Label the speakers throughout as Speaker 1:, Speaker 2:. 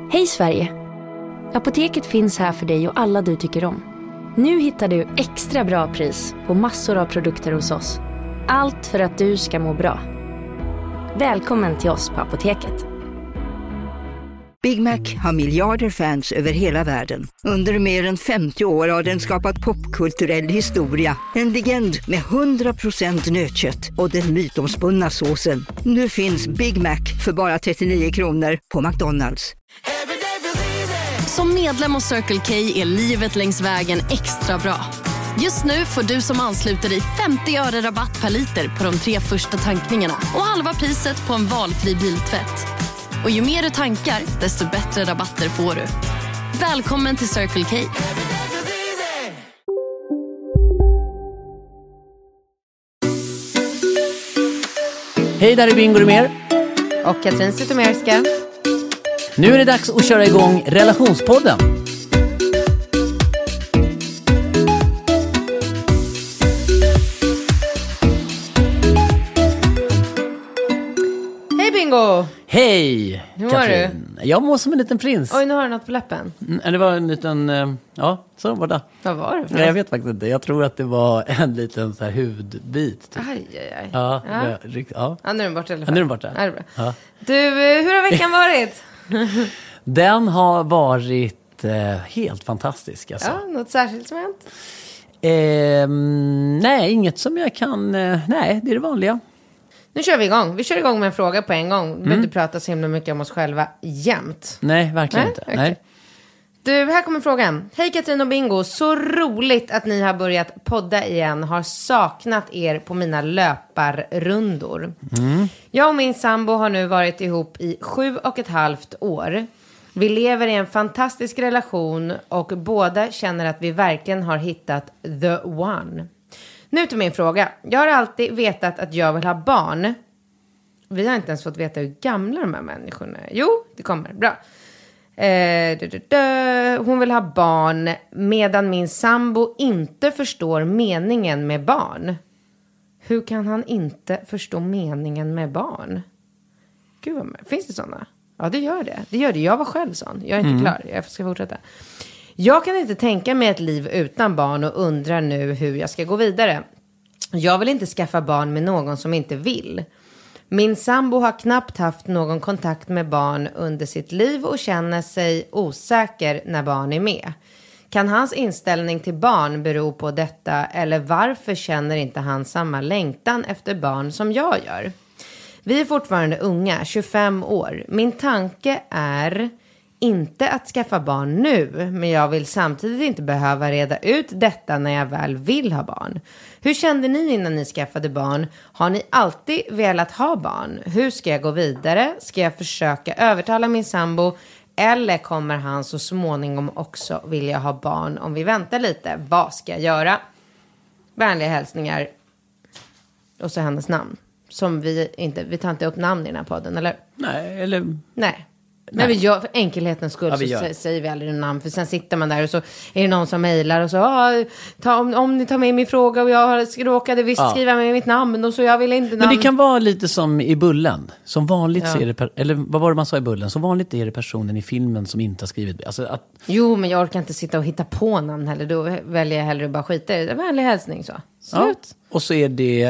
Speaker 1: Hej Sverige! Apoteket finns här för dig och alla du tycker om. Nu hittar du extra bra pris på massor av produkter hos oss. Allt för att du ska må bra. Välkommen till oss på Apoteket.
Speaker 2: Big Mac har miljarder fans över hela världen. Under mer än 50 år har den skapat popkulturell historia. En legend med 100% nötkött och den mytomspunna såsen. Nu finns Big Mac för bara 39 kronor på McDonald's.
Speaker 3: Som medlem hos Circle K är livet längs vägen extra bra. Just nu får du som ansluter dig 50 öre rabatt per liter på de 3 första tankningarna och halva priset på en valfri biltvätt. Och ju mer du tankar, desto bättre rabatter får du. Välkommen till Circle K.
Speaker 4: Hej, där är Bingo Rimér.
Speaker 5: Och Katrin Zytomierska.
Speaker 4: Nu är det dags att köra igång Relationspodden.
Speaker 5: Hej Bingo!
Speaker 4: Hej,
Speaker 5: Hur mår
Speaker 4: Katrin. Jag mår som en liten prins.
Speaker 5: Oj, nu har du något på läppen.
Speaker 4: Det var en liten, ja, så var det.
Speaker 5: Vad var det för
Speaker 4: Nej, jag vet faktiskt inte. Jag tror att det var en liten så här hudbit. Typ.
Speaker 5: Aj.
Speaker 4: Ja,
Speaker 5: Ja.
Speaker 4: ja.
Speaker 5: Nu är den borta i alla
Speaker 4: Ja,
Speaker 5: fall.
Speaker 4: nu är den borta.
Speaker 5: Ja, det är bra.
Speaker 4: Ja.
Speaker 5: Du, hur har veckan varit?
Speaker 4: Den har varit helt fantastisk. Alltså.
Speaker 5: Ja, något särskilt som hänt?
Speaker 4: Nej, inget som jag kan... nej, det är det vanliga.
Speaker 5: Nu kör vi igång. Vi kör igång med en fråga på en gång. Vi behöver inte prata så himla mycket om oss själva jämt.
Speaker 4: Nej, verkligen inte.
Speaker 5: Okay.
Speaker 4: Nej.
Speaker 5: Du, här kommer frågan. Hej Katrin och Bingo, så roligt att ni har börjat podda igen. Har saknat er på mina löparrundor. Jag och min sambo har nu varit ihop i 7,5 år. Vi lever i en fantastisk relation och båda känner att vi verkligen har hittat the one. Nu till min fråga. Jag har alltid vetat att jag vill ha barn. Vi har inte ens fått veta hur gamla de här människorna är. Jo, det kommer. Bra. Hon vill ha barn medan min sambo inte förstår meningen med barn. Hur kan han inte förstå meningen med barn? Gud vad finns det sådana? Ja, det gör det. Det gör det. Jag var själv sån. Jag är inte klar. Jag ska fortsätta. Jag kan inte tänka mig ett liv utan barn och undrar nu hur jag ska gå vidare. Jag vill inte skaffa barn med någon som inte vill. Min sambo har knappt haft någon kontakt med barn under sitt liv och känner sig osäker när barn är med. Kan hans inställning till barn bero på detta eller varför känner inte han samma längtan efter barn som jag gör? Vi är fortfarande unga, 25 år. Min tanke är inte att skaffa barn nu, men jag vill samtidigt inte behöva reda ut detta när jag väl vill ha barn. Hur kände ni innan ni skaffade barn? Har ni alltid velat ha barn? Hur ska jag gå vidare? Ska jag försöka övertala min sambo? Eller kommer han så småningom också vilja ha barn om vi väntar lite? Vad ska jag göra? Vänliga hälsningar. Och så hennes namn. Som vi tar inte upp namn i den här podden, eller?
Speaker 4: Nej, eller...
Speaker 5: Nej. Men vi gör, för enkelhetens skull
Speaker 4: ja,
Speaker 5: så säger vi aldrig namn. För sen sitter man där och så är det någon som mejlar och så om ni tar med min fråga och jag råkade visst skriva med mitt namn och så jag vill inte namn.
Speaker 4: Men det kan vara lite som i Bullen. Som vanligt så är det, eller vad var det man sa i Bullen? Som vanligt är det personen i filmen som inte har skrivit. Alltså att... Jo,
Speaker 5: men jag orkar inte sitta och hitta på namn heller. Då väljer jag hellre bara skita i det. Vänlig hälsning så. Slut.
Speaker 4: Ja. Och så är det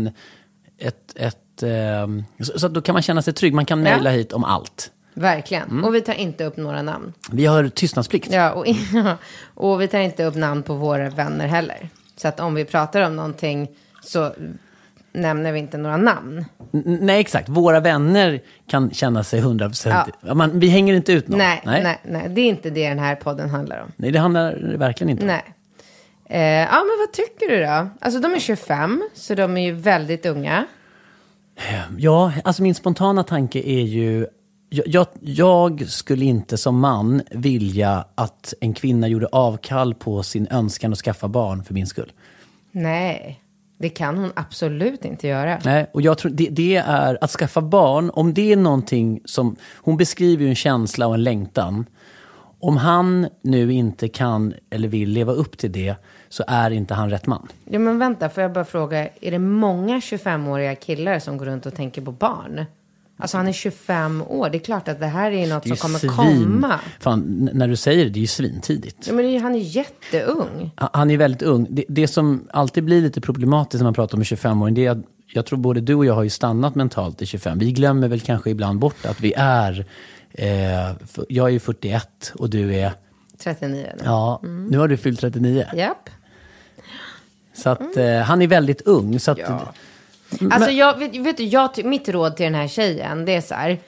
Speaker 4: så att då kan man känna sig trygg. Man kan mejla hit om allt.
Speaker 5: Verkligen. Och vi tar inte upp några namn.
Speaker 4: Vi har tystnadsplikt.
Speaker 5: Ja, och vi tar inte upp namn på våra vänner heller. Så att om vi pratar om någonting så nämner vi inte några namn.
Speaker 4: Nej, exakt. Våra vänner kan känna sig 100%. Ja. Vi hänger inte ut någon.
Speaker 5: Nej. Det är inte det den här podden handlar om.
Speaker 4: Nej, det handlar verkligen inte om.
Speaker 5: Nej. Men vad tycker du då? Alltså de är 25, så de är ju väldigt unga.
Speaker 4: Ja, alltså min spontana tanke är ju... Jag skulle inte som man vilja att en kvinna gjorde avkall på sin önskan att skaffa barn för min skull.
Speaker 5: Nej, det kan hon absolut inte göra.
Speaker 4: Nej, och jag tror det är att skaffa barn, om det är någonting som... Hon beskriver ju en känsla och en längtan. Om han nu inte kan eller vill leva upp till det så är inte han rätt man.
Speaker 5: Ja, men vänta, får jag bara fråga, är det många 25-åriga killar som går runt och tänker på barn? Alltså han är 25 år. Det är klart att det här är något som kommer komma.
Speaker 4: Fan, när du säger det är ju svintidigt.
Speaker 5: Ja, men han är jätteung.
Speaker 4: Han är väldigt ung. Det som alltid blir lite problematiskt när man pratar om 25-åring, det är att jag tror både du och jag har ju stannat mentalt i 25. Vi glömmer väl kanske ibland bort att vi är... jag är ju 41 och du är...
Speaker 5: 39.
Speaker 4: Ja, nu har du fyllt 39.
Speaker 5: Japp.
Speaker 4: Så att han är väldigt ung. Så att,
Speaker 5: alltså mitt råd till den här tjejen, det är så här.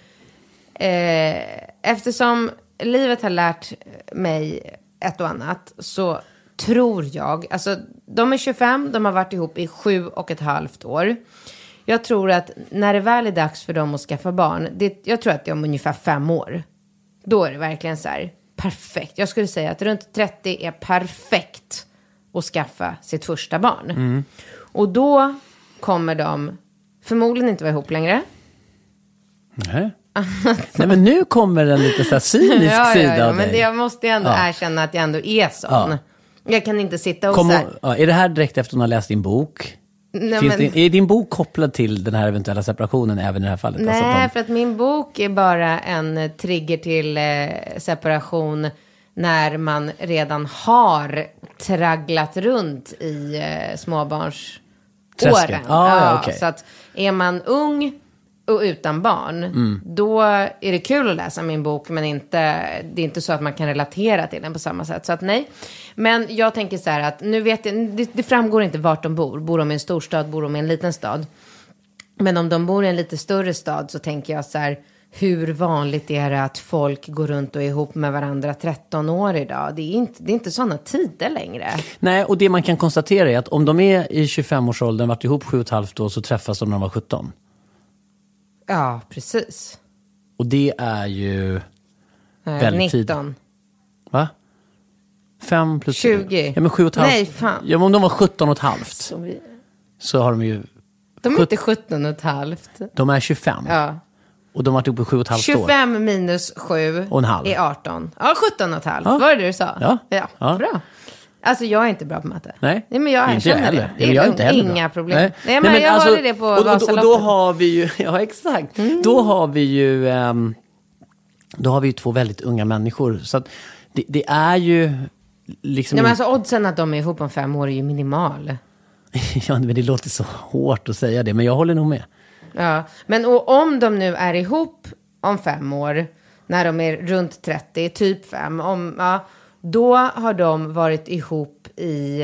Speaker 5: Eftersom livet har lärt mig ett och annat, så tror jag, alltså de är 25, de har varit ihop i 7,5 år. Jag tror att när det väl är dags för dem att skaffa barn, jag tror att det är om ungefär 5 år. Då är det verkligen så här perfekt. Jag skulle säga att runt 30 är perfekt att skaffa sitt första barn. Mm. Och då kommer de förmodligen inte vara ihop längre.
Speaker 4: Nej. Nej, men nu kommer en lite så här cynisk sida av dig.
Speaker 5: Men jag måste ändå erkänna att jag ändå är sån. Ja. Jag kan inte sitta och
Speaker 4: är det här direkt efter att hon har läst din bok? Nej, är din bok kopplad till den här eventuella separationen även i det här fallet?
Speaker 5: Nej,
Speaker 4: alltså
Speaker 5: för att min bok är bara en trigger till separation när man redan har tragglat runt i småbarnsåren.
Speaker 4: Okay.
Speaker 5: Så att är man ung och utan barn, då är det kul att läsa min bok, men det är inte så att man kan relatera till den på samma sätt. Så att nej. Men jag tänker så här att nu vet jag, det framgår inte vart de bor. Bor de i en storstad, bor de i en liten stad? Men om de bor i en lite större stad, så tänker jag så här, hur vanligt är det att folk går runt och är ihop med varandra 13 år idag? Det är inte sådana tider längre.
Speaker 4: Nej, och det man kan konstatera är att om de är i 25-årsåldern, varit ihop 7,5 år, så träffas de när de var 17.
Speaker 5: Ja, precis.
Speaker 4: Och det är ju väldigt
Speaker 5: 19.
Speaker 4: tid. Va? 5 plus
Speaker 5: 20.
Speaker 4: Ja, men 7,5.
Speaker 5: Nej, fan.
Speaker 4: Ja, men om de var 17,5 så har de ju...
Speaker 5: De är inte 17,5.
Speaker 4: De är 25.
Speaker 5: Ja.
Speaker 4: Och de har varit uppe 7,5 år.
Speaker 5: 25 minus 7 är 18. Ja, 17,5.
Speaker 4: Ja.
Speaker 5: Var det du sa?
Speaker 4: Ja.
Speaker 5: Bra. Alltså jag är inte bra på matte.
Speaker 4: Nej,
Speaker 5: men jag erkänner det. Det är
Speaker 4: inte heller
Speaker 5: inga
Speaker 4: bra.
Speaker 5: problem. Nej, men jag hörde det på Vasaloppet.
Speaker 4: Och då har vi ju, ja exakt. Då har vi ju 2 väldigt unga människor. Så att det är ju liksom...
Speaker 5: Nej, men alltså oddsen att de är ihop om 5 år är ju minimal.
Speaker 4: Ja, men det låter så hårt att säga det. Men jag håller nog med.
Speaker 5: Ja, men om de nu är ihop om 5 år, när de är runt 30, typ 5, då har de varit ihop i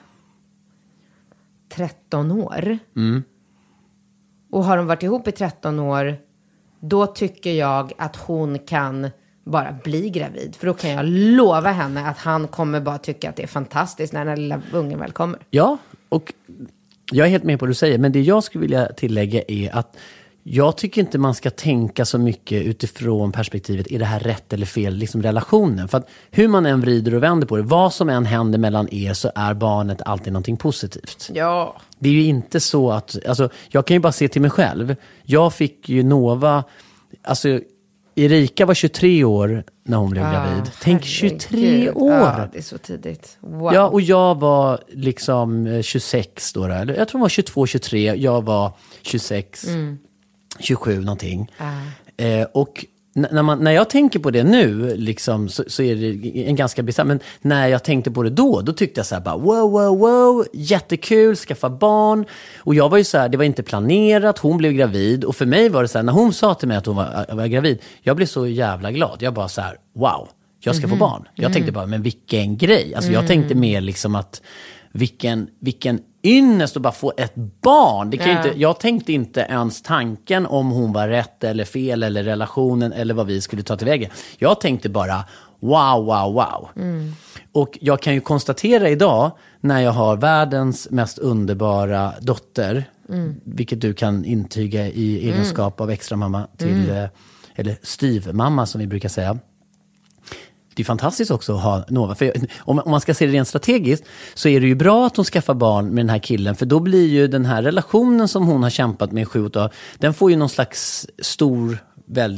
Speaker 5: 13 år. Mm. Och har de varit ihop i 13 år, då tycker jag att hon kan bara bli gravid. För då kan jag lova henne att han kommer bara tycka att det är fantastiskt när den här lilla ungen väl kommer.
Speaker 4: Ja, och jag är helt med på vad du säger. Men det jag skulle vilja tillägga är att jag tycker inte man ska tänka så mycket utifrån perspektivet, är det här rätt eller fel, liksom relationen. För att hur man än vrider och vänder på det, vad som än händer mellan er, så är barnet alltid någonting positivt.
Speaker 5: Ja.
Speaker 4: Det är ju inte så att, alltså jag kan ju bara se till mig själv. Jag fick ju Nova, alltså Erika var 23 år när hon blev gravid. Tänk 23 år!
Speaker 5: Ja, det är så tidigt. Wow.
Speaker 4: Ja, och jag var liksom 26 då. Eller jag tror hon var 22, 23. Jag var 26, 27 någonting. Och när jag tänker på det nu liksom, så är det en ganska bisarr. Men när jag tänkte på det då tyckte jag så här bara wow, jättekul, skaffa barn. Och jag var ju så här, det var inte planerat, hon blev gravid. Och för mig var det så här, när hon sa till mig att hon var gravid, jag blev så jävla glad. Jag bara så här, wow, jag ska få barn. Jag tänkte bara, men vilken grej. Alltså jag tänkte mer liksom att vilken ynnest att bara få ett barn. Det kan ju inte, jag tänkte inte ens tanken om hon var rätt eller fel eller relationen eller vad vi skulle ta till vägen. Jag tänkte bara wow. Och jag kan ju konstatera idag när jag har världens mest underbara dotter, vilket du kan intyga i egenskap av extra mamma till, eller styvmamma som vi brukar säga. Det är fantastiskt också att ha Nova. För om man ska se det rent strategiskt så är det ju bra att hon skaffar barn med den här killen. För då blir ju den här relationen som hon har kämpat med i 7 år, den får ju någon slags stor, väldigt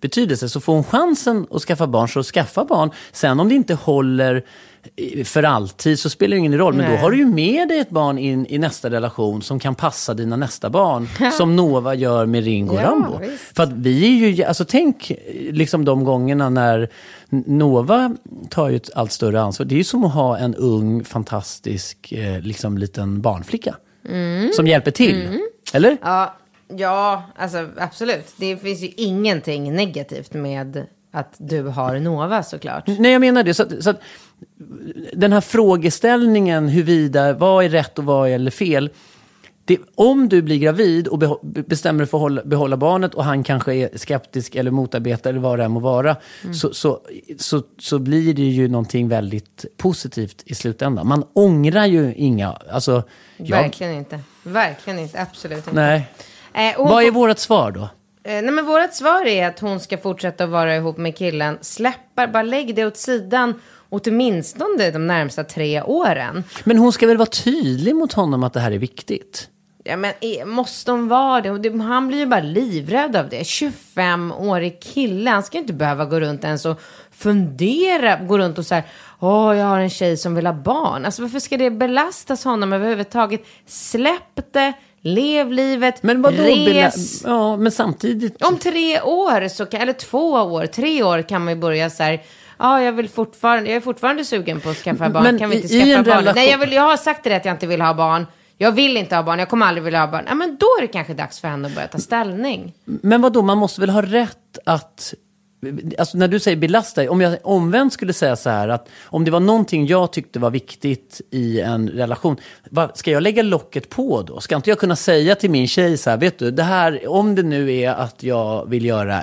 Speaker 4: betydelse. Så får hon chansen att skaffa barn, så skaffa barn. Sen om det inte håller för alltid så spelar det ingen roll. Men då har du ju med dig ett barn in i nästa relation som kan passa dina nästa barn. Som Nova gör med Ringo och Rambo.
Speaker 5: Visst.
Speaker 4: För att vi är ju, alltså tänk liksom de gångerna när Nova tar ju ett allt större ansvar. Det är ju som att ha en ung, fantastisk liksom liten barnflicka. Som hjälper till. Eller?
Speaker 5: Ja, alltså absolut. Det finns ju ingenting negativt med att du har Nova, såklart.
Speaker 4: Nej, jag menar det. Så att den här frågeställningen huruvida vad är rätt och vad är fel. Om du blir gravid och bestämmer dig för att behålla barnet och han kanske är skeptisk eller motarbetar eller vad det må vara, så blir det ju någonting väldigt positivt i slutändan. Man ångrar ju inga... Alltså,
Speaker 5: Verkligen inte, absolut inte.
Speaker 4: Nej. Vad är vårt svar då?
Speaker 5: Nej, men vårt svar är att hon ska fortsätta att vara ihop med killen. Bara lägg det åt sidan åtminstone de närmsta 3 åren.
Speaker 4: Men hon ska väl vara tydlig mot honom att det här är viktigt?
Speaker 5: Ja, men måste hon vara det? Han blir ju bara livrädd av det. 25-årig kille, han ska inte behöva gå runt ens och gå runt och så här, jag har en tjej som vill ha barn. Alltså varför ska det belastas honom överhuvudtaget? Släpp det. Lev livet,
Speaker 4: men vadå,
Speaker 5: res.
Speaker 4: Ja, men samtidigt...
Speaker 5: Om 3 år, eller 2 år, 3 år kan man ju börja så här... jag är fortfarande sugen på att skaffa barn. Men kan vi inte skaffa barn? Nej, jag har sagt det att jag inte vill ha barn. Jag vill inte ha barn, jag kommer aldrig vilja ha barn. Ja, men då är det kanske dags för henne att börja ta ställning. Men
Speaker 4: vadå, man måste väl ha rätt att... Alltså när du säger belasta, om jag omvänt skulle säga så här att om det var någonting jag tyckte var viktigt i en relation, ska jag lägga locket på då? Ska inte jag kunna säga till min tjej så här, vet du, det här, om det nu är att jag vill göra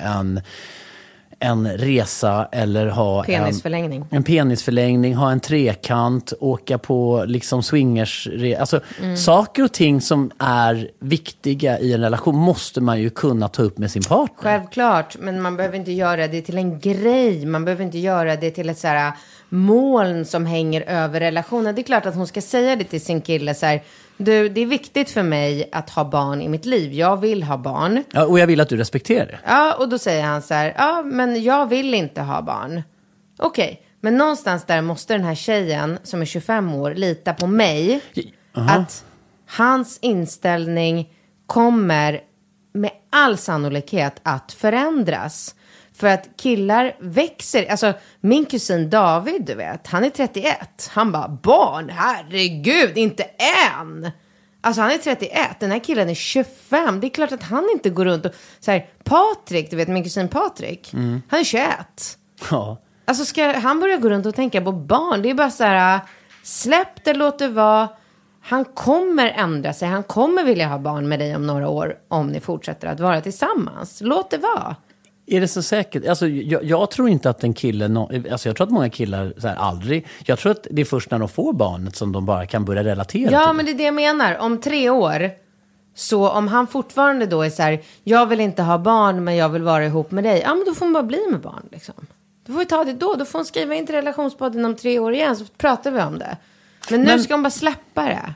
Speaker 4: en resa eller ha en penisförlängning, ha en trekant, åka på liksom swingers, alltså saker och ting som är viktiga i en relation måste man ju kunna ta upp med sin partner.
Speaker 5: Självklart, men man behöver inte göra det till en grej, man behöver inte göra det till ett så här moln som hänger över relationen. Det är klart att hon ska säga det till sin kille så här: du, det är viktigt för mig att ha barn i mitt liv. Jag vill ha barn.
Speaker 4: Ja, och jag vill att du respekterar det.
Speaker 5: Ja, och då säger han så här: men jag vill inte ha barn. Okej, men någonstans där måste den här tjejen som är 25 år lita på mig. Att hans inställning kommer med all sannolikhet att förändras. För att killar växer. Alltså min kusin David, du vet, han är 31. Han bara, barn, herregud, inte än. Alltså han är 31, den här killen är 25. Det är klart att han inte går runt och så här, Patrik, du vet min kusin Patrik, han är 21.
Speaker 4: Ja.
Speaker 5: Alltså ska han börja gå runt och tänka på barn? Det är bara så här, släpp det, låt det vara. Han kommer ändra sig, han kommer vilja ha barn med dig om några år om ni fortsätter att vara tillsammans. Låt det vara.
Speaker 4: Är det så säkert? Alltså, jag tror inte att en kille... Alltså, jag tror att många killar så här, aldrig... Jag tror att det är först när de får barnet som de bara kan börja relatera till.
Speaker 5: Ja, men det är det jag menar. Om 3 år, så om han fortfarande då är så här, jag vill inte ha barn men jag vill vara ihop med dig. Ja, men då får man bara bli med barn liksom. Då får vi ta det då. Då får hon skriva in till relationspodden om 3 år igen så pratar vi om det. Men nu ska hon bara släppa det.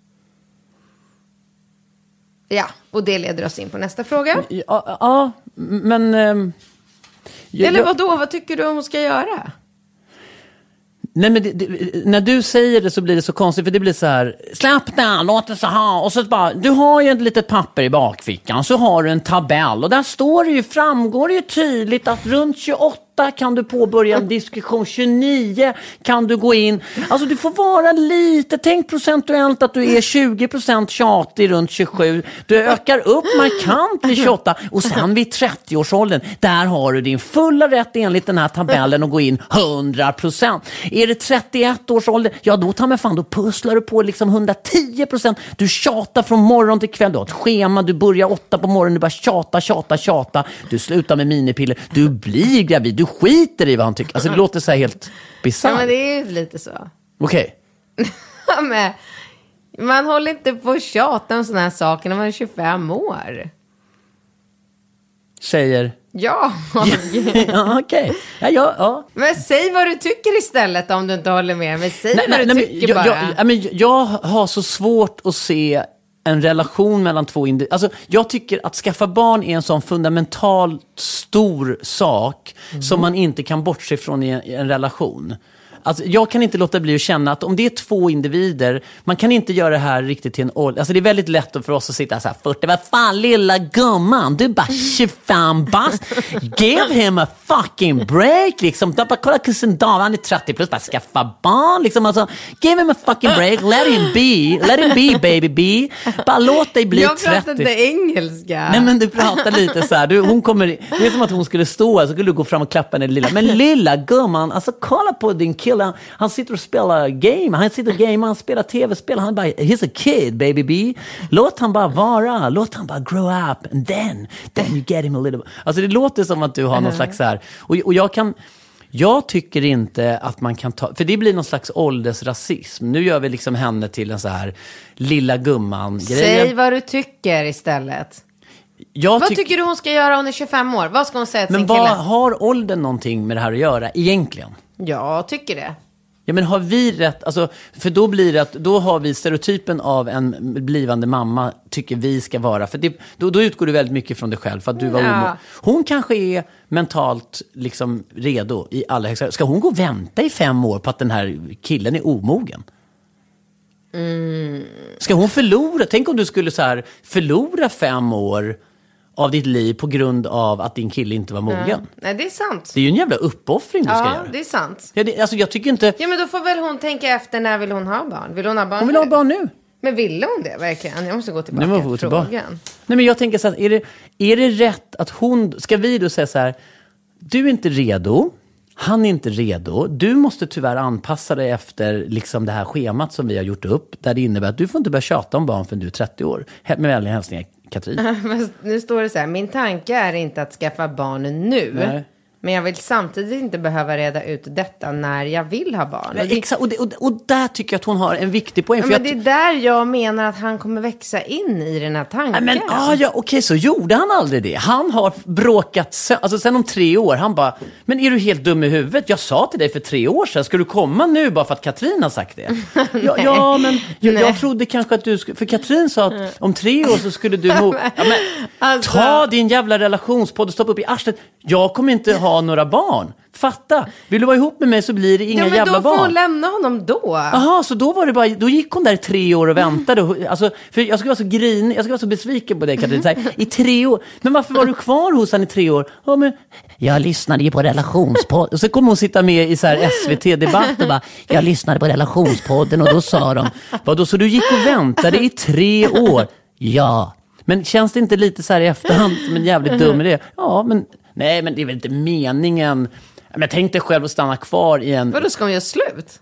Speaker 5: Ja, och det leder oss in på nästa fråga.
Speaker 4: Ja, men...
Speaker 5: Eller vadå? Vad tycker du hon ska göra?
Speaker 4: Nej, men när du säger det så blir det så konstigt. För det blir så här, släpp den, låt det så här. Och så bara, du har ju ett litet papper i bakfickan. Så har du en tabell. Och där står det ju, framgår det ju tydligt att runt 28 kan du påbörja en diskussion. 29 kan du gå in. Alltså du får vara lite, tänk procentuellt att du är 20% tjatig runt 27. Du ökar upp markant vid 28. Och sen vid 30-årsåldern, där har du din fulla rätt enligt den här tabellen att gå in 100%. Är det 31 års ålder, ja då tar man fan, då pusslar du på liksom 110%. Du tjatar från morgon till kväll, du har ett schema, du börjar 8 på morgonen, du bara tjata. Du slutar med minipiller, du blir gravid, du skiter i vad han tycker. Alltså det låter så här helt bisarrt.
Speaker 5: Ja, men det är ju lite så.
Speaker 4: Okej.
Speaker 5: Men man håller inte på att tjata om såna här saker när man är 25 år.
Speaker 4: Säger...
Speaker 5: Ja.
Speaker 4: Ja, okej. Ja.
Speaker 5: Men säg vad du tycker istället om du inte håller med. Men säg vad du tycker bara.
Speaker 4: Jag har så svårt att se en relation mellan två individer. Alltså, jag tycker att skaffa barn är en sån fundamentalt stor sak som man inte kan bortse från i en relation. Alltså, jag kan inte låta bli att känna att om det är två individer, man kan inte göra det här riktigt till en ålder. Alltså det är väldigt lätt för oss att sitta så här 40, vad fan lilla gumman, du är bara 25 bast. Give him a fucking break liksom. Bara kolla kusin David, han är 30 plus, bara skaffa barn liksom. Alltså, give him a fucking break, let him be baby be. Bara låt dig bli 30.
Speaker 5: Jag pratar inte engelska.
Speaker 4: Nej men du pratar lite så här. Hon kommer, det är som att hon skulle stå här, så skulle du gå fram och klappa henne lilla. Men lilla gumman, alltså kolla på din kille. Han sitter och spelar game. Han sitter och game, han spelar tv-spel. Han bara, he's a kid, baby B. Låt han bara vara. Låt han bara grow up. And then you get him a little... Alltså det låter som att du har någon slags så här... Och jag tycker inte att man kan ta... För det blir någon slags åldersrasism. Nu gör vi liksom henne till en så här lilla gumman-grej.
Speaker 5: Säg vad du tycker istället. Vad tycker du hon ska göra? Hon är 25 år. Vad ska hon säga till sin kille?
Speaker 4: Men har åldern någonting med det här att göra egentligen?
Speaker 5: Jag tycker det.
Speaker 4: Ja, men har vi rätt, alltså, för då blir det att då har vi stereotypen av en blivande mamma tycker vi ska vara, för det, då utgår du väldigt mycket från dig själv för att du var hon kanske är mentalt liksom redo i alla högsta. Ska hon gå och vänta i 5 år på att den här killen är omogen? Ska hon förlora? Tänk om du skulle så här förlora 5 år av ditt liv på grund av att din kille inte var mogen.
Speaker 5: Nej, det är sant.
Speaker 4: Det är ju en jävla uppoffring du ska göra.
Speaker 5: Ja, det är sant.
Speaker 4: Ja, alltså jag tycker inte...
Speaker 5: Ja, men då får väl hon tänka efter, när vill hon ha barn? Vill hon ha barn?
Speaker 4: Hon vill ha barn nu.
Speaker 5: Men ville hon det verkligen? Jag måste gå tillbaka till frågan.
Speaker 4: Nej, men jag tänker så här, är det rätt att hon... Ska vi då säga så här, du är inte redo, han är inte redo, du måste tyvärr anpassa dig efter liksom det här schemat som vi har gjort upp, där det innebär att du får inte börja tjata om barn förrän du är 30 år. Med vänliga hälsningar, Katrin.
Speaker 5: Nu står det så här, min tanke är inte att skaffa barn nu.
Speaker 4: Nej.
Speaker 5: Men jag vill samtidigt inte behöva reda ut detta när jag vill ha barn.
Speaker 4: Nej, exakt, och där tycker jag att hon har en viktig poäng.
Speaker 5: Ja, men det är där jag menar att han kommer växa in i den här tanken.
Speaker 4: Men okej, så gjorde han aldrig det. Han har bråkat sen om 3 år. Han bara, men är du helt dum i huvudet? Jag sa till dig för 3 år sedan, ska du komma nu bara för att Katrin har sagt det? Men jag trodde kanske att du skulle, för Katrin sa att om 3 år så skulle du ta din jävla relationspodd och stoppa upp i arslet. Jag kommer inte ha några barn. Fatta. Vill du vara ihop med mig så blir det inga jävla barn.
Speaker 5: Ja, men då får hon lämna honom då.
Speaker 4: Jaha, så då var det bara, då gick hon där i 3 år och väntade. Alltså, för jag skulle vara så grinig, jag skulle vara så besviken på dig, Katrin. Så här, i 3 år. Men varför var du kvar hos han i 3 år? Ja, men jag lyssnade ju på relationspodden. Och så kommer hon sitta med i så här SVT-debatt och bara, jag lyssnade på relationspodden och då sa de, vadå, så du gick och väntade i 3 år? Ja. Men känns det inte lite så här i efterhand som en jävligt dum idé? Ja, men nej, men det är väl inte meningen. Men jag tänkte själv att stanna kvar i en...
Speaker 5: Vadå, ska hon göra slut?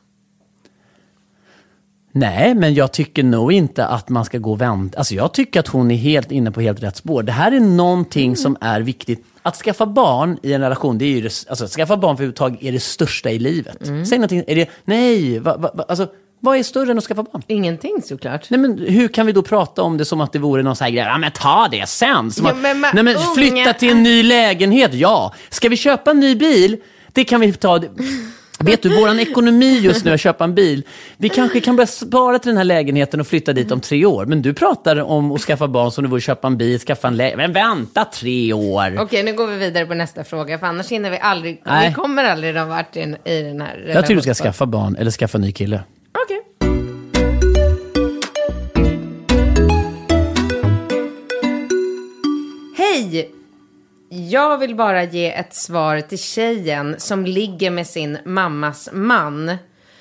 Speaker 4: Nej, men jag tycker nog inte att man ska gå och vänta. Alltså jag tycker att hon är helt inne på helt rätt spår. Det här är någonting som är viktigt. Att skaffa barn i en relation, det är ju det, alltså skaffa barn för överhuvudtaget är det största i livet. Säg någonting, är det, nej, alltså... Vad är större än att skaffa barn?
Speaker 5: Ingenting såklart.
Speaker 4: Nej, men hur kan vi då prata om det som att det vore någon sån här grej? Ja, men ta det sen. Flytta till en ny lägenhet, ja. Ska vi köpa en ny bil? Det kan vi ta. Vet du, våran ekonomi just nu att köpa en bil. Vi kanske kan börja spara till den här lägenheten och flytta dit om 3 år. Men du pratar om att skaffa barn som du vill köpa en bil, skaffa en lägenhet. Men vänta 3 år.
Speaker 5: Okej, nu går vi vidare på nästa fråga. För annars hinner vi aldrig, vi kommer aldrig ha varit i den här relationen.
Speaker 4: Jag tycker du ska skaffa barn eller skaffa en ny kille.
Speaker 5: Okej. Hej! Jag vill bara ge ett svar till tjejen som ligger med sin mammas man.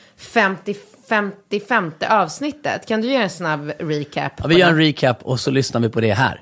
Speaker 5: 55 avsnittet. Kan du göra en snabb recap?
Speaker 4: Ja, vi gör en recap och så lyssnar vi på det här.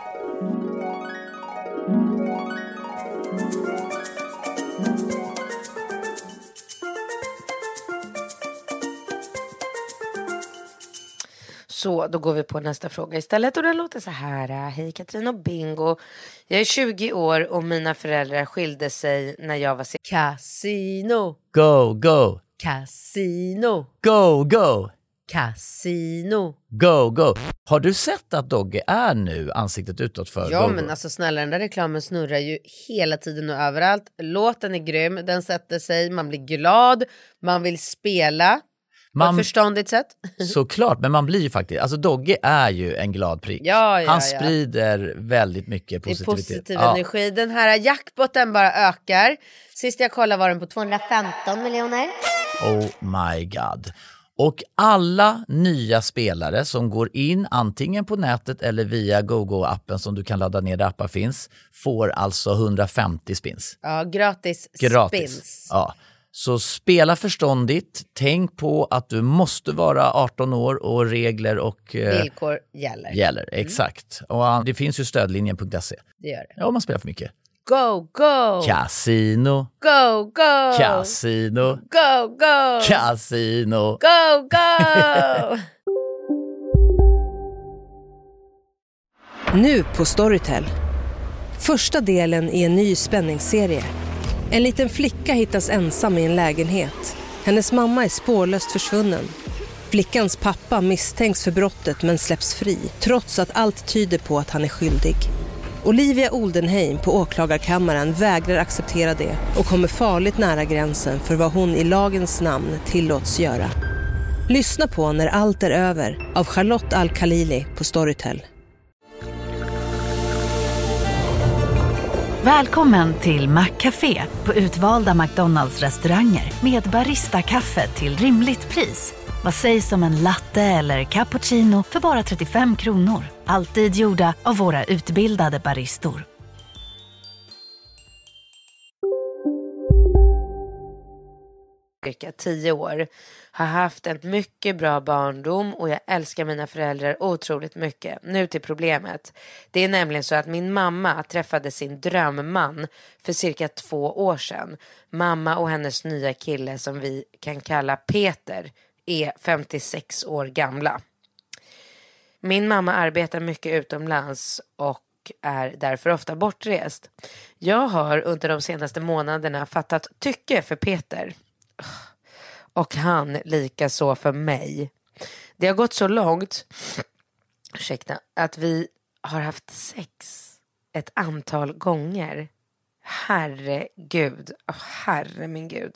Speaker 5: Så då går vi på nästa fråga istället och den låter så här. Hej Katrin och Bingo. Jag är 20 år och mina föräldrar skilde sig när jag var... Casino.
Speaker 4: Go, go.
Speaker 5: Casino.
Speaker 4: Go, go.
Speaker 5: Casino.
Speaker 4: Go, go. Har du sett att Dogge är nu ansiktet utåt för
Speaker 5: Ja,
Speaker 4: Go,
Speaker 5: men
Speaker 4: go?
Speaker 5: alltså snälla, den där reklamen snurrar ju hela tiden och överallt. Låten är grym, den sätter sig, man blir glad, man vill spela. På ett förståndigt sätt.
Speaker 6: Såklart, men man blir ju faktiskt... Alltså Dogge är ju en glad prick. Han sprider väldigt mycket positivitet.
Speaker 5: Det är positiv energi. Den här jackpotten bara ökar. Sist jag kollade var den på 215 miljoner.
Speaker 6: Oh my god. Och alla nya spelare som går in antingen på nätet eller via GoGo-appen som du kan ladda ner där appar finns, får alltså 150 spins.
Speaker 5: Ja, gratis. Spins.
Speaker 6: Ja. Så spela förståndigt. Tänk på att du måste vara 18 år och regler och
Speaker 5: villkor gäller.
Speaker 6: Exakt. Och det finns ju stödlinjen.se.
Speaker 5: Det gör det.
Speaker 6: Ja, om man spelar för mycket.
Speaker 5: Go, go!
Speaker 6: Casino.
Speaker 5: Go, go!
Speaker 6: Casino.
Speaker 5: Go, go!
Speaker 6: Casino.
Speaker 5: Go, go!
Speaker 7: Nu på Storytel. Första delen i en ny spänningsserie. En liten flicka hittas ensam i en lägenhet. Hennes mamma är spårlöst försvunnen. Flickans pappa misstänks för brottet men släpps fri, trots att allt tyder på att han är skyldig. Olivia Oldenheim på åklagarkammaren vägrar acceptera det och kommer farligt nära gränsen för vad hon i lagens namn tillåts göra. Lyssna på När allt är över av Charlotte Al-Khalili på Storytel.
Speaker 8: Välkommen till McCafé på utvalda McDonalds-restauranger med barista-kaffe till rimligt pris. Vad sägs om en latte eller cappuccino för bara 35 kronor? Alltid gjorda av våra utbildade baristor.
Speaker 5: Cirka 10 år. Har haft en mycket bra barndom och jag älskar mina föräldrar otroligt mycket. Nu till problemet. Det är nämligen så att min mamma träffade sin drömman för cirka 2 år sedan. Mamma och hennes nya kille som vi kan kalla Peter är 56 år gamla. Min mamma arbetar mycket utomlands och är därför ofta bortrest. Jag har under de senaste månaderna fattat tycke för Peter. Och han lika så för mig. Det har gått så långt att vi har haft sex ett antal gånger. Herregud. Herre min gud.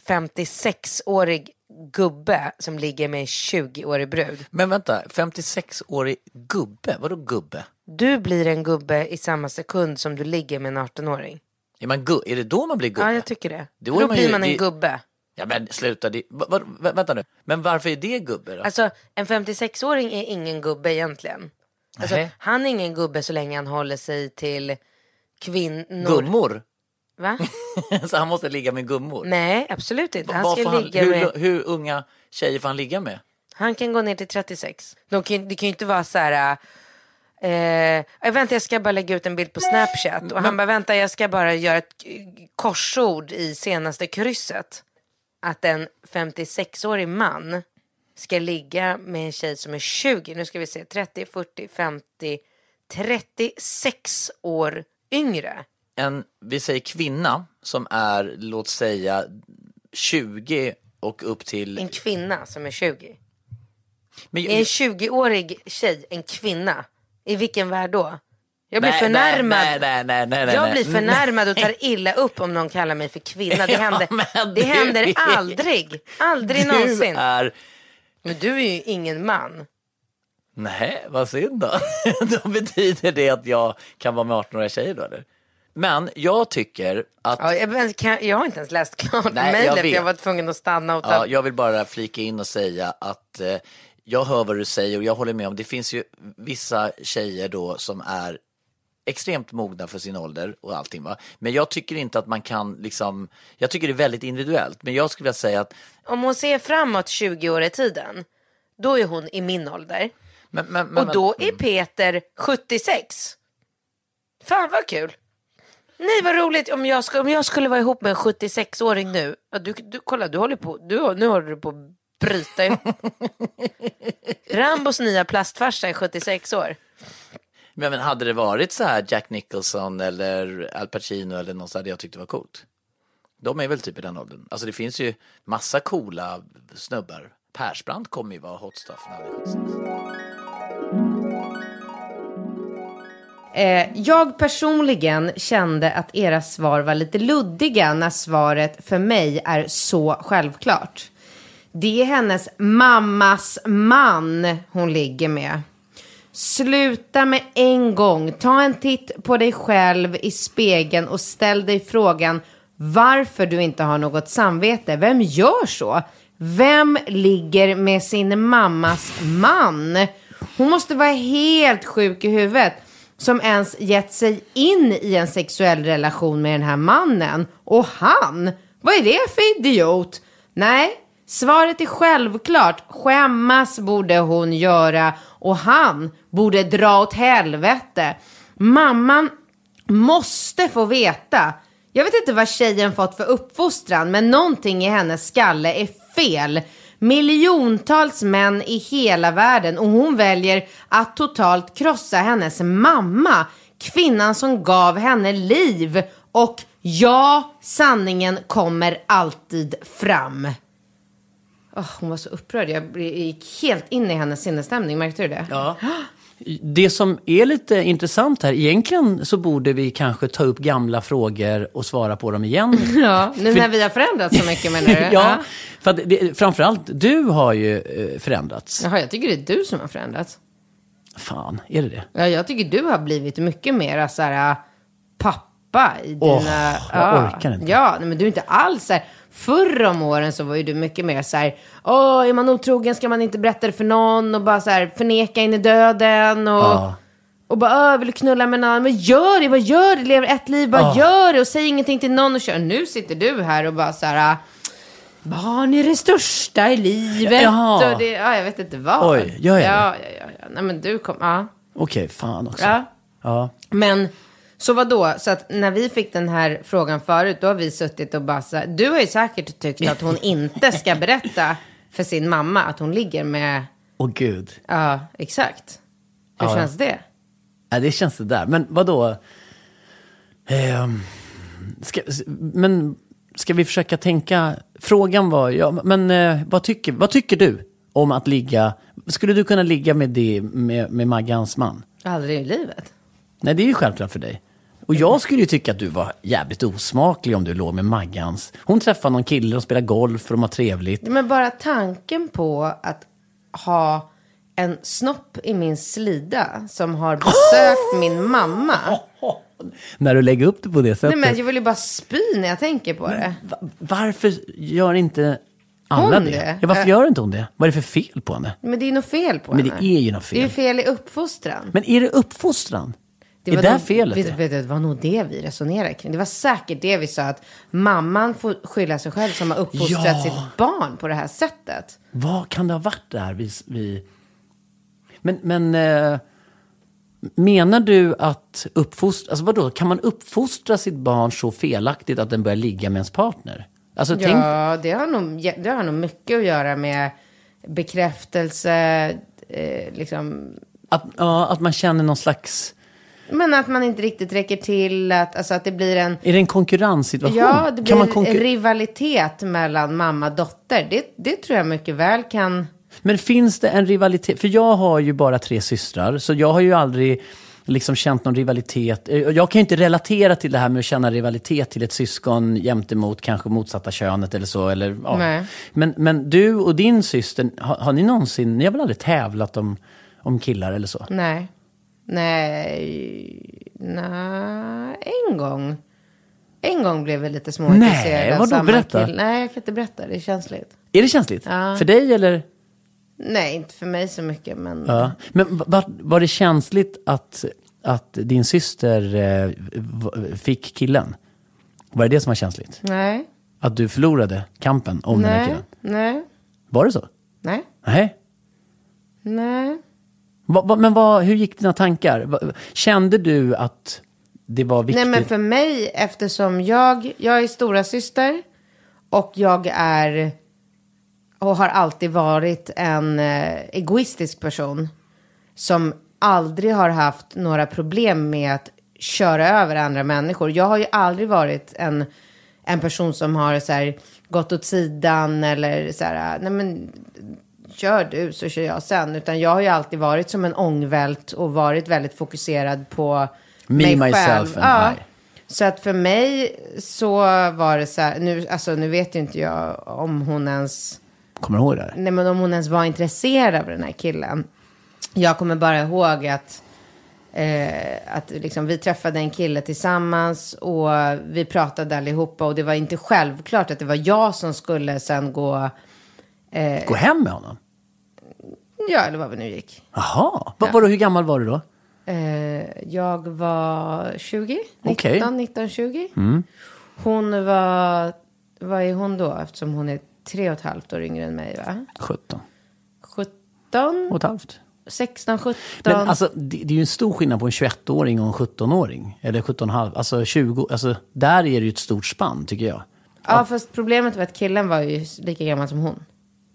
Speaker 5: 56-årig gubbe som ligger med en 20-årig brud.
Speaker 6: Men vänta, 56-årig gubbe? Vadå gubbe?
Speaker 5: Du blir en gubbe i samma sekund som du ligger med en 18-åring.
Speaker 6: Är det då man blir gubbe?
Speaker 5: Ja, jag tycker det.
Speaker 6: Då
Speaker 5: blir man en gubbe.
Speaker 6: Ja, men sluta. Vänta nu. Men varför är det gubbe då?
Speaker 5: Alltså, en 56-åring är ingen gubbe egentligen. Alltså, han är ingen gubbe så länge han håller sig till kvinnor.
Speaker 6: Gummor?
Speaker 5: Va?
Speaker 6: Så han måste ligga med gummor?
Speaker 5: Nej, absolut inte.
Speaker 6: Hur unga tjejer får han ligga med?
Speaker 5: Han kan gå ner till 36. Det kan ju inte vara så här... vänta, jag ska bara lägga ut en bild på Snapchat. Och han bara, vänta, jag ska bara göra ett korsord i senaste krysset. Att en 56-årig man ska ligga med en tjej som är 20. Nu ska vi se, 30, 40, 50, 36 år yngre.
Speaker 6: Vi säger kvinna som är, låt säga 20 och upp till...
Speaker 5: En kvinna som är 20.
Speaker 6: Men,
Speaker 5: en 20-årig tjej, en kvinna. I vilken värld då? Jag blir förnärmad.
Speaker 6: Nej.
Speaker 5: Jag blir förnärmad och tar illa upp om någon kallar mig för kvinna. Det händer aldrig. Aldrig någonsin. Men du är ju ingen man.
Speaker 6: Nej, vad synd då. Då betyder det att jag kan vara med 18-åriga tjejer då, eller? Men jag tycker att...
Speaker 5: Ja, jag har inte ens läst klart mejlet för jag var tvungen att stanna och ta...
Speaker 6: Ja, jag vill bara flika in och säga att jag hör vad du säger och jag håller med om. Det finns ju vissa tjejer då som är extremt mogna för sin ålder och allting, va? Men jag tycker inte att man kan liksom... Jag tycker det är väldigt individuellt. Men jag skulle vilja säga att...
Speaker 5: Om hon ser framåt 20 år i tiden, då är hon i min ålder. Och då är Peter 76. Fan vad kul. Nej, vad roligt om jag skulle vara ihop med en 76-åring nu. Kolla, nu håller du på att bryta ihop. Rambos nya plastfarsa är 76 år.
Speaker 6: Men hade det varit så här Jack Nicholson eller Al Pacino eller något så hade jag tyckt det var coolt. De är väl typ i den åldern. Alltså det finns ju massa coola snubbar. Persbrandt kommer ju vara hot stuff när det
Speaker 5: Jag personligen kände att era svar var lite luddiga när svaret för mig är så självklart. Det är hennes mammas man hon ligger med. Sluta med en gång. Ta en titt på dig själv i spegeln och ställ dig frågan varför du inte har något samvete. Vem gör så? Vem ligger med sin mammas man? Hon måste vara helt sjuk i huvudet som ens gett sig in i en sexuell relation med den här mannen. Och han, vad är det för idiot? Nej, svaret är självklart. Skämmas borde hon göra och han borde dra åt helvete. Mamman måste få veta. Jag vet inte vad tjejen fått för uppfostran, men någonting i hennes skalle är fel. Miljontals män i hela världen och hon väljer att totalt krossa hennes mamma. Kvinnan som gav henne liv. Och ja, sanningen kommer alltid fram. Hon var så upprörd. Jag gick helt in i hennes sinnesstämning. Märkte du det?
Speaker 4: Ja. Det som är lite intressant här, egentligen så borde vi kanske ta upp gamla frågor och svara på dem igen.
Speaker 5: Ja, nu när vi har förändrats så mycket menar du?
Speaker 4: Ja, för att framförallt du har ju förändrats.
Speaker 5: Jaha, jag tycker det är du som har förändrats.
Speaker 4: Fan, är det det?
Speaker 5: Ja, jag tycker du har blivit mycket mer så här pappa i dina...
Speaker 4: jag orkar inte.
Speaker 5: Ja, men du är inte alls så här... Förr om åren så var ju du mycket mer så här, är man otrogen ska man inte berätta det för någon och bara så här förneka in i döden och bara, vill du knulla med någon? Men vad gör det? Lever ett liv, bara gör det och säg ingenting till någon och kör. Nu sitter du här och bara så här, barn är det största i livet. Och det, jag vet inte vad.
Speaker 4: Oj, gör jag
Speaker 5: ja. Nej, men du kom,
Speaker 4: Okej, fan också.
Speaker 5: Ja. Men... Så vad då? Så att när vi fick den här frågan förut, då har vi suttit och bara så här, du har ju säkert tyckt att hon inte ska berätta för sin mamma att hon ligger med...
Speaker 4: Gud.
Speaker 5: Ja, exakt. Hur känns det?
Speaker 4: Ja, det känns det där. Men vad då? Ska vi försöka tänka... Frågan var, vad tycker du om att ligga... Skulle du kunna ligga med Maggans man?
Speaker 5: Aldrig i livet.
Speaker 4: Nej, det är ju självklart för dig. Och jag skulle ju tycka att du var jävligt osmaklig om du låg med Maggans. Hon träffar någon kille och spelar golf och de har trevligt.
Speaker 5: Men bara tanken på att ha en snopp i min slida som har besökt min mamma.
Speaker 4: När du lägger upp det på det sättet.
Speaker 5: Nej, men jag vill ju bara spy när jag tänker på det.
Speaker 4: Varför gör inte alla
Speaker 5: hon
Speaker 4: det? Ja, varför gör inte hon det? Vad är det för fel på henne?
Speaker 5: Men det är nog fel på
Speaker 4: henne.
Speaker 5: Men
Speaker 4: det är ju något fel.
Speaker 5: Det är fel i uppfostran.
Speaker 4: Men är det uppfostran? Det var felet?
Speaker 5: Det var nog det vi resonerade kring. Det var säkert det vi sa, att mamman får skylla sig själv som har uppfostrat sitt barn på det här sättet.
Speaker 4: Vad kan det ha varit där? Men menar du att uppfostra... Alltså vadå? Kan man uppfostra sitt barn så felaktigt att den börjar ligga med ens partner? Alltså,
Speaker 5: det har nog mycket att göra med bekräftelse, liksom...
Speaker 4: Att man känner någon slags...
Speaker 5: Men att man inte riktigt räcker till, att det blir en...
Speaker 4: Är det en konkurrenssituation?
Speaker 5: Ja, det blir en rivalitet mellan mamma och dotter. Det tror jag mycket väl kan...
Speaker 4: Men finns det en rivalitet? För jag har ju bara 3 systrar, så jag har ju aldrig liksom känt någon rivalitet. Jag kan ju inte relatera till det här med att känna rivalitet till ett syskon jämt emot kanske motsatta könet eller så. Eller, ja.
Speaker 5: Nej.
Speaker 4: Men du och din syster, har ni någonsin... Ni har väl aldrig tävlat om killar eller så?
Speaker 5: Nej, en gång. En gång blev vi lite småintresserade.
Speaker 4: Nej, vadå? Berätta.
Speaker 5: Nej, jag kan inte berätta. Det är känsligt.
Speaker 4: Är det känsligt?
Speaker 5: Ja.
Speaker 4: För dig eller?
Speaker 5: Nej, inte för mig så mycket. Men,
Speaker 4: men var det känsligt att din syster fick killen? Var det som var känsligt?
Speaker 5: Nej.
Speaker 4: Att du förlorade kampen om den här killen?
Speaker 5: Nej.
Speaker 4: Var det så?
Speaker 5: Nej.
Speaker 4: Nej. Hur gick dina tankar? Kände du att det var viktigt?
Speaker 5: Nej, men för mig, eftersom jag är stora syster och jag är och har alltid varit en egoistisk person som aldrig har haft några problem med att köra över andra människor. Jag har ju aldrig varit en person som har så här, gått åt sidan eller så här, nej men kör du så kör jag sen. Utan jag har ju alltid varit som en ångvält och varit väldigt fokuserad på mig själv. Ja. Så att för mig så var det så här, nu vet ju inte jag om hon ens
Speaker 4: Kommer du ihåg det?
Speaker 5: Nej, men om hon ens var intresserad av den här killen. Jag kommer bara ihåg att liksom, vi träffade en kille tillsammans och vi pratade allihopa och det var inte självklart att det var jag som skulle sen gå
Speaker 4: hem med honom?
Speaker 5: Ja, eller vad vi nu gick.
Speaker 4: Jaha, hur gammal var du då?
Speaker 5: Jag var 20, 19, 20.
Speaker 4: Mm.
Speaker 5: Hon var, vad är hon då? Eftersom hon är 3,5 år yngre än mig, va?
Speaker 4: 17.
Speaker 5: 17?
Speaker 4: Och ett halvt.
Speaker 5: 16, 17.
Speaker 4: Men alltså, det är ju en stor skillnad på en 21-åring och en 17-åring. Eller 17,5. Alltså 20. Alltså, där är det ju ett stort spann, tycker jag.
Speaker 5: Ja, fast problemet var att killen var ju lika gammal som hon.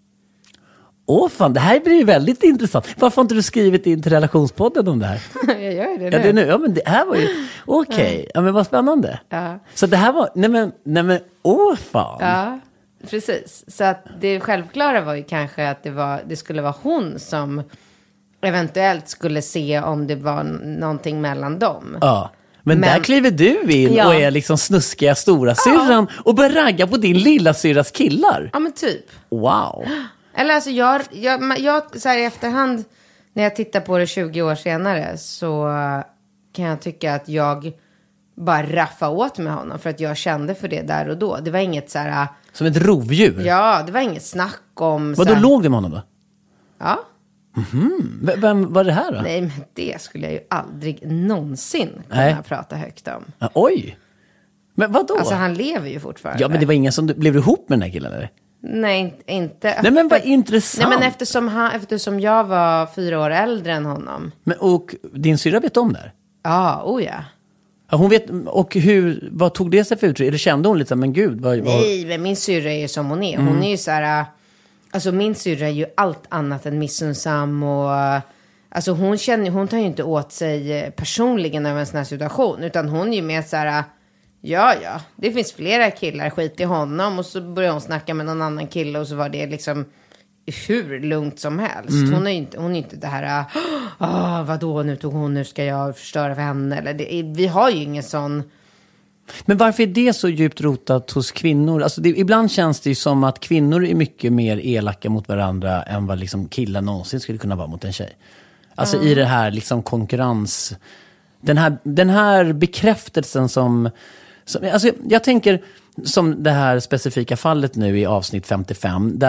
Speaker 4: Fan, det här blir ju väldigt intressant. Varför har inte du skrivit in till relationspodden om det här?
Speaker 5: Jag gör det nu.
Speaker 4: Ja, det nu. Ja, men det här var ju... Okej. Ja, men vad spännande.
Speaker 5: Ja.
Speaker 4: Så det här var... Nej men, fan.
Speaker 5: Ja, precis. Så att det självklara var ju kanske att det skulle vara hon som eventuellt skulle se om det var någonting mellan dem.
Speaker 4: Ja. Men där kliver du in och är liksom snuskiga stora syrran och börjar ragga på din lilla syrras killar.
Speaker 5: Ja, men typ.
Speaker 4: Wow.
Speaker 5: Eller alltså jag så här i efterhand när jag tittar på det 20 år senare så kan jag tycka att jag bara raffa åt med honom för att jag kände för det där och då. Det var inget så här...
Speaker 4: Som ett rovdjur?
Speaker 5: Ja, det var inget snack om...
Speaker 4: Vad då låg du med honom då?
Speaker 5: Ja.
Speaker 4: Mm-hmm. Vem var det här då?
Speaker 5: Nej, men det skulle jag ju aldrig någonsin kunna prata högt om.
Speaker 4: Ja, oj. Men vad då?
Speaker 5: Alltså han lever ju fortfarande.
Speaker 4: Ja, men det var ingen som... Blev du ihop med den här killen eller?
Speaker 5: Nej, inte.
Speaker 4: Nej, men vad intressant.
Speaker 5: Nej, men eftersom jag var 4 år äldre än honom.
Speaker 4: Men, och din syrra vet om det här?
Speaker 5: Ja,
Speaker 4: Ja, hon vet, och vad tog det sig för uttryck? Eller kände hon lite, men gud.
Speaker 5: Nej, men min syrra är ju som hon är. Hon är ju så här, alltså min syrra är ju allt annat än missunnsam och, alltså hon tar ju inte åt sig personligen av en sån här situation. Utan hon är ju mer så här, ja, det finns flera killar, skit i honom. Och så börjar hon snacka med någon annan kille och så var det liksom hur lugnt som helst. Hon är inte det här, vadå, nu ska jag förstöra för henne. Eller vi har ju ingen sån...
Speaker 4: Men varför är det så djupt rotat hos kvinnor? Alltså ibland känns det ju som att kvinnor är mycket mer elaka mot varandra än vad liksom killar någonsin skulle kunna vara mot en tjej. Alltså i det här liksom konkurrens... Den här bekräftelsen som alltså jag tänker som det här specifika fallet nu i avsnitt 55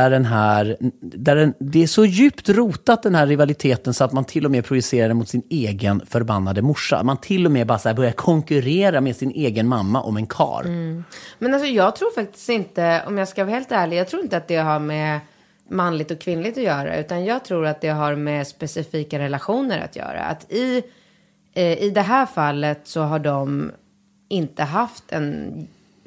Speaker 4: där det är så djupt rotat den här rivaliteten så att man till och med projicerar den mot sin egen förbannade morsa. Man till och med bara så här börjar konkurrera med sin egen mamma om en kar.
Speaker 5: Men alltså jag tror faktiskt inte, om jag ska vara helt ärlig, jag tror inte att det har med manligt och kvinnligt att göra, utan jag tror att det har med specifika relationer att göra. Att i det här fallet så har de inte haft en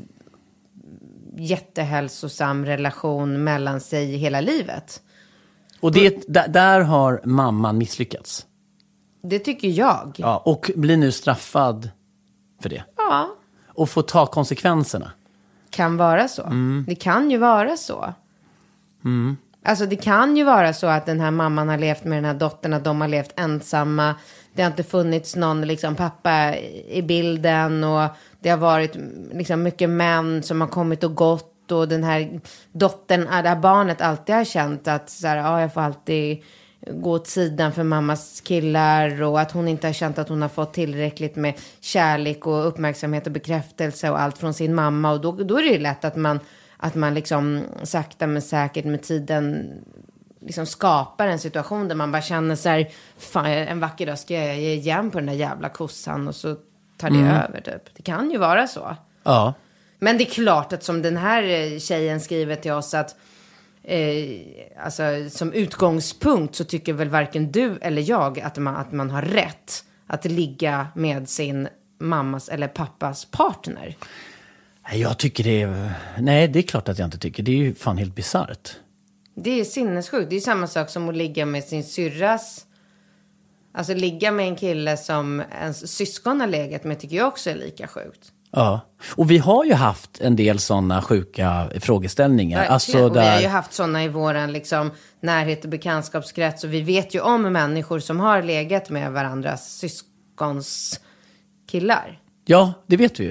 Speaker 5: jättehälsosam relation mellan sig hela livet.
Speaker 4: Och där har mamman misslyckats.
Speaker 5: Det tycker jag.
Speaker 4: Ja, och blir nu straffad för det.
Speaker 5: Ja.
Speaker 4: Och får ta konsekvenserna.
Speaker 5: Kan vara så. Det kan ju vara så. Alltså det kan ju vara så att den här mamman har levt med den här dottern, att de har levt ensamma. Det har inte funnits någon liksom pappa i bilden och det har varit liksom mycket män som har kommit och gått och den här dottern, det här barnet alltid har känt att så här, jag får alltid gå åt sidan för mammas killar och att hon inte har känt att hon har fått tillräckligt med kärlek och uppmärksamhet och bekräftelse och allt från sin mamma, och då är det ju lätt att man liksom sakta men säkert med tiden liksom skapar en situation där man bara känner så här, fan, en vacker dag ska jag ge igen på den där jävla kossan och så tar det över typ. Det kan ju vara så.
Speaker 4: Ja. Men
Speaker 5: det är klart att som den här tjejen skriver till oss att alltså, som utgångspunkt så tycker väl varken du eller jag att man har rätt att ligga med sin mammas eller pappas partner.
Speaker 4: Jag tycker nej, det är klart att jag inte tycker. Det är ju fan helt bizarrt.
Speaker 5: Det är sinnessjukt. Det är samma sak som att ligga med sin syrras. Alltså ligga med en kille som ens syskon har legat med tycker jag också är lika sjukt.
Speaker 4: Ja, och vi har ju haft en del sådana sjuka frågeställningar. Alltså
Speaker 5: och vi har ju haft sådana i våran liksom, närhet och bekantskapskrets. Och vi vet ju om människor som har legat med varandras syskons killar.
Speaker 4: Ja, det vet vi ju.
Speaker 5: Ja.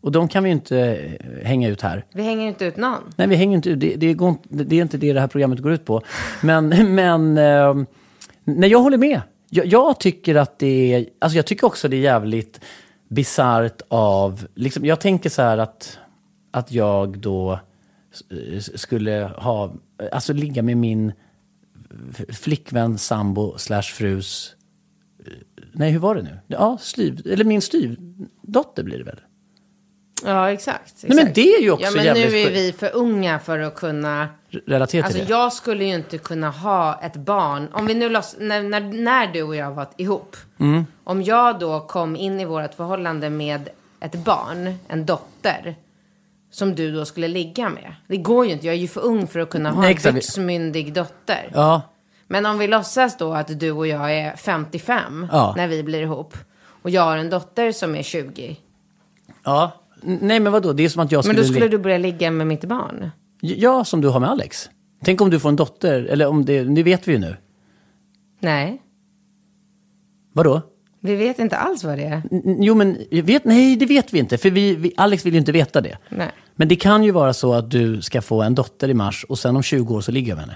Speaker 4: Och de kan vi ju inte hänga ut här.
Speaker 5: Vi hänger inte ut någon.
Speaker 4: Nej, vi hänger inte ut. Det är inte det här programmet går ut på. Men nej, jag håller med. Jag tycker att det är... Alltså jag tycker också det är jävligt bizarrt av... Liksom, jag tänker så här att jag då skulle ha... Alltså ligga med min flickvän, sambo / frus... Nej, hur var det nu? Ja, min styvdotter blir det väl?
Speaker 5: Ja, exakt.
Speaker 4: Nej, men det är ju också
Speaker 5: men
Speaker 4: jävligt...
Speaker 5: nu är vi för unga för att kunna...
Speaker 4: Relatera till det.
Speaker 5: Jag skulle ju inte kunna ha ett barn. Om vi nu när du och jag var ihop. Mm. Om jag då kom in i vårt förhållande med ett barn, en dotter, som du då skulle ligga med. Det går ju inte. Jag är ju för ung för att kunna ha en byxmyndig dotter.
Speaker 4: Ja.
Speaker 5: Men om vi låtsas då att du och jag är 55 när vi blir ihop. Och jag har en dotter som är 20.
Speaker 4: Ja. Nej, men vadå? Det är som att jag skulle...
Speaker 5: Men då skulle du börja ligga med mitt barn.
Speaker 4: Ja, som du har med Alex. Tänk om du får en dotter, eller om det vet vi ju nu.
Speaker 5: Nej.
Speaker 4: Vadå?
Speaker 5: Vi vet inte alls vad det är.
Speaker 4: Jo, men nej, det vet vi inte. För Alex vill ju inte veta det.
Speaker 5: Nej.
Speaker 4: Men det kan ju vara så att du ska få en dotter i mars och sen om 20 år så ligger jag med henne.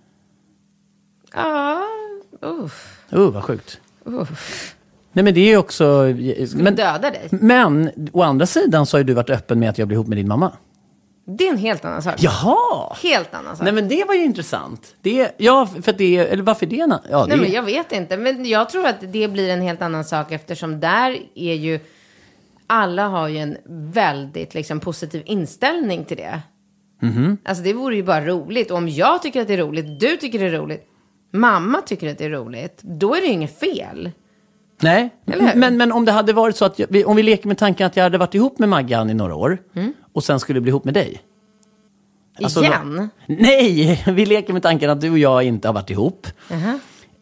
Speaker 5: Ja,
Speaker 4: vad sjukt. Nej, men det är ju också...
Speaker 5: Skulle döda dig?
Speaker 4: Men, å andra sidan så har ju du varit öppen med att jag blir ihop med din mamma.
Speaker 5: Det är en helt annan sak.
Speaker 4: Jaha!
Speaker 5: Helt annan sak.
Speaker 4: Nej, men det var ju intressant. Varför det? Ja,
Speaker 5: nej, men jag vet inte. Men jag tror att det blir en helt annan sak eftersom där är ju... Alla har ju en väldigt liksom, positiv inställning till det. Mm-hmm. Alltså det vore ju bara roligt. Och om jag tycker att det är roligt, du tycker det är roligt, mamma tycker att det är roligt, då är det ju inget fel.
Speaker 4: Nej, men om det hade varit så att om vi leker med tanken att jag hade varit ihop med Maggan i några år och sen skulle bli ihop med dig. Alltså,
Speaker 5: igen?
Speaker 4: Nej, vi leker med tanken att du och jag inte har varit ihop. Uh-huh.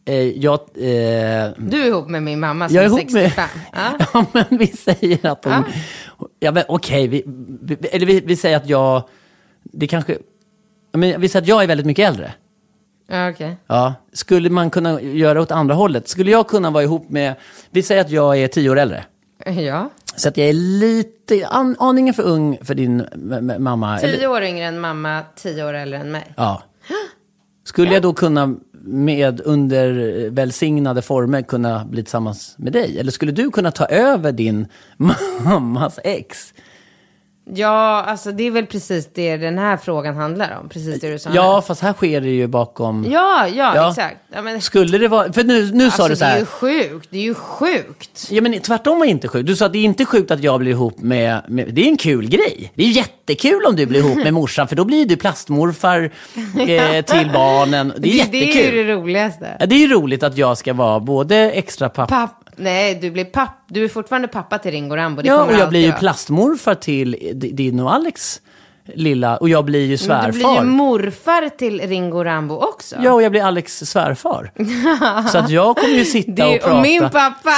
Speaker 5: Du är ihop med min mamma som är 65.
Speaker 4: Ja, men vi säger att hon... Ja, men okej, vi säger att jag... Det kanske... Men vi säger att jag är väldigt mycket äldre.
Speaker 5: Okay.
Speaker 4: Ja, skulle man kunna göra åt andra hållet? Skulle jag kunna vara ihop med... Vi säger att jag är 10 år äldre.
Speaker 5: Ja.
Speaker 4: Så att jag är lite... aningen för ung för din mamma.
Speaker 5: 10 år yngre än mamma, 10 år äldre än mig.
Speaker 4: Ja. Skulle jag då kunna under välsignade former kunna bli tillsammans med dig? Eller skulle du kunna ta över din mammas ex?
Speaker 5: Ja, alltså det är väl precis det den här frågan handlar om. Precis det du sa.
Speaker 4: Ja, fast här sker det ju bakom...
Speaker 5: Ja, exakt. Ja, men...
Speaker 4: Skulle det vara... För nu alltså, sa du så här...
Speaker 5: det är ju sjukt.
Speaker 4: Ja, men tvärtom var inte sjukt. Du sa att det är inte sjukt att jag blir ihop med... Det är en kul grej. Det är jättekul om du blir ihop med morsan. För då blir du plastmorfar till barnen. Det är jättekul.
Speaker 5: Det är ju det roligaste.
Speaker 4: Ja, det är ju roligt att jag ska vara både extra pappa...
Speaker 5: Nej, du är fortfarande pappa till Ringo Rambo.
Speaker 4: Ja, och jag blir ju plastmorfar till din och Alex lilla. Och jag blir ju svärfar.
Speaker 5: Men du blir ju morfar till Ringo Rambo också.
Speaker 4: Ja, och jag blir Alex svärfar. Så att jag kommer ju sitta och prata.
Speaker 5: Och min pappa.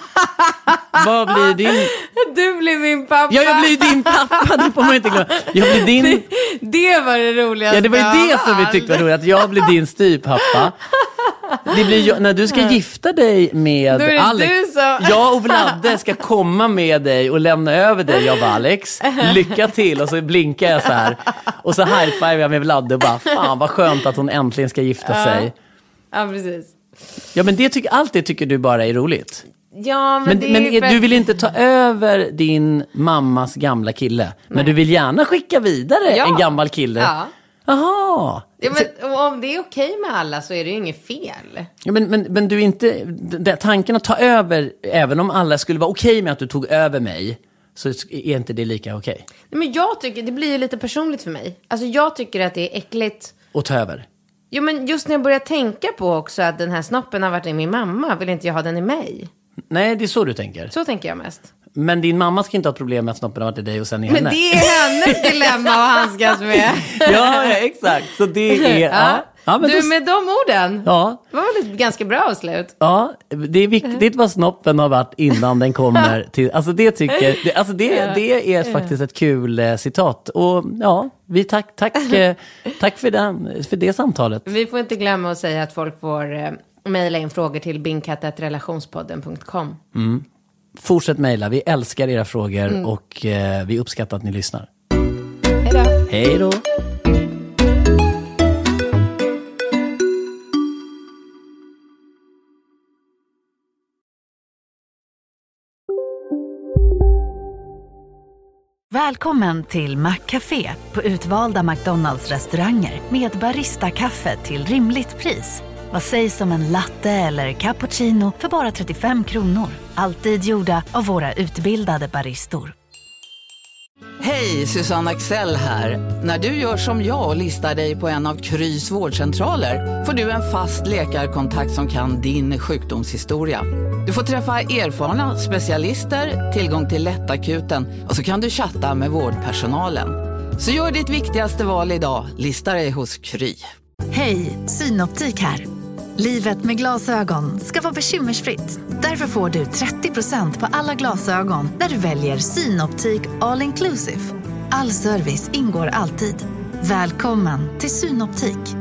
Speaker 4: Vad blir din?
Speaker 5: Du blir min pappa.
Speaker 4: Ja, jag blir din pappa. Det får man inte glömma. Jag blir din...
Speaker 5: Det var det roligaste.
Speaker 4: Ja, det var ju det som vi tyckte var roligt. Att jag blir din styvpappa. Det blir ju, när du ska gifta dig med Alex. Jag och Vladde ska komma med dig och lämna över dig, jag och Alex. Lycka till. Och så blinkar jag så här. Och så high-five jag med Vladde och bara, fan vad skönt att hon äntligen ska gifta sig.
Speaker 5: Ja, precis.
Speaker 4: Ja, men allt det tycker du bara är roligt.
Speaker 5: Ja,
Speaker 4: men du vill inte ta över din mammas gamla kille. Nej. Men du vill gärna skicka vidare en gammal kille.
Speaker 5: Ja.
Speaker 4: Jaha.
Speaker 5: Ja, men om det är okej med alla så är det ju inget fel.
Speaker 4: Ja, men du är inte... Tanken att ta över, även om alla skulle vara okej med att du tog över mig, så är inte det lika okej.
Speaker 5: Nej, men jag tycker, det blir ju lite personligt för mig. Alltså jag tycker att det är äckligt.
Speaker 4: Att ta över?
Speaker 5: Jo, men just när jag börjar tänka på också att den här snoppen har varit i min mamma, vill inte jag ha den i mig.
Speaker 4: Nej, det är så du tänker.
Speaker 5: Så tänker jag mest.
Speaker 4: Men din mamma ska inte ha problem med att snoppen har varit i dig och sen i henne.
Speaker 5: Men det är hennes dilemma att handskas med.
Speaker 4: Ja, exakt. Så det är... Ja, men
Speaker 5: du, med de orden.
Speaker 4: Ja.
Speaker 5: Det var väl ett ganska bra avslut.
Speaker 4: Ja, det är viktigt vad snoppen har varit innan den kommer till... Alltså det tycker... Det är faktiskt ett kul citat. Och ja, vi tack för det samtalet.
Speaker 5: Vi får inte glömma att säga att folk får mejla in frågor till bingkatt@relationspodden.com.
Speaker 4: fortsätt mejla. Vi älskar era frågor och vi uppskattar att ni lyssnar.
Speaker 5: Hej då.
Speaker 4: Hej då.
Speaker 8: Välkommen till Maccafé på utvalda McDonalds-restauranger med Barista-kaffe till rimligt pris. Vad sägs om en latte eller cappuccino för bara 35 kronor? Alltid gjorda av våra utbildade baristor.
Speaker 9: Hej, Susanne Axel här. När du gör som jag och listar dig på en av Krys vårdcentraler får du en fast läkarkontakt som kan din sjukdomshistoria. Du får träffa erfarna specialister, tillgång till lättakuten och så kan du chatta med vårdpersonalen. Så gör ditt viktigaste val idag, lista dig hos Kry.
Speaker 8: Hej, Synoptik här. Livet med glasögon ska vara bekymmersfritt. Därför får du 30% på alla glasögon när du väljer Synoptik All Inclusive. All service ingår alltid. Välkommen till Synoptik.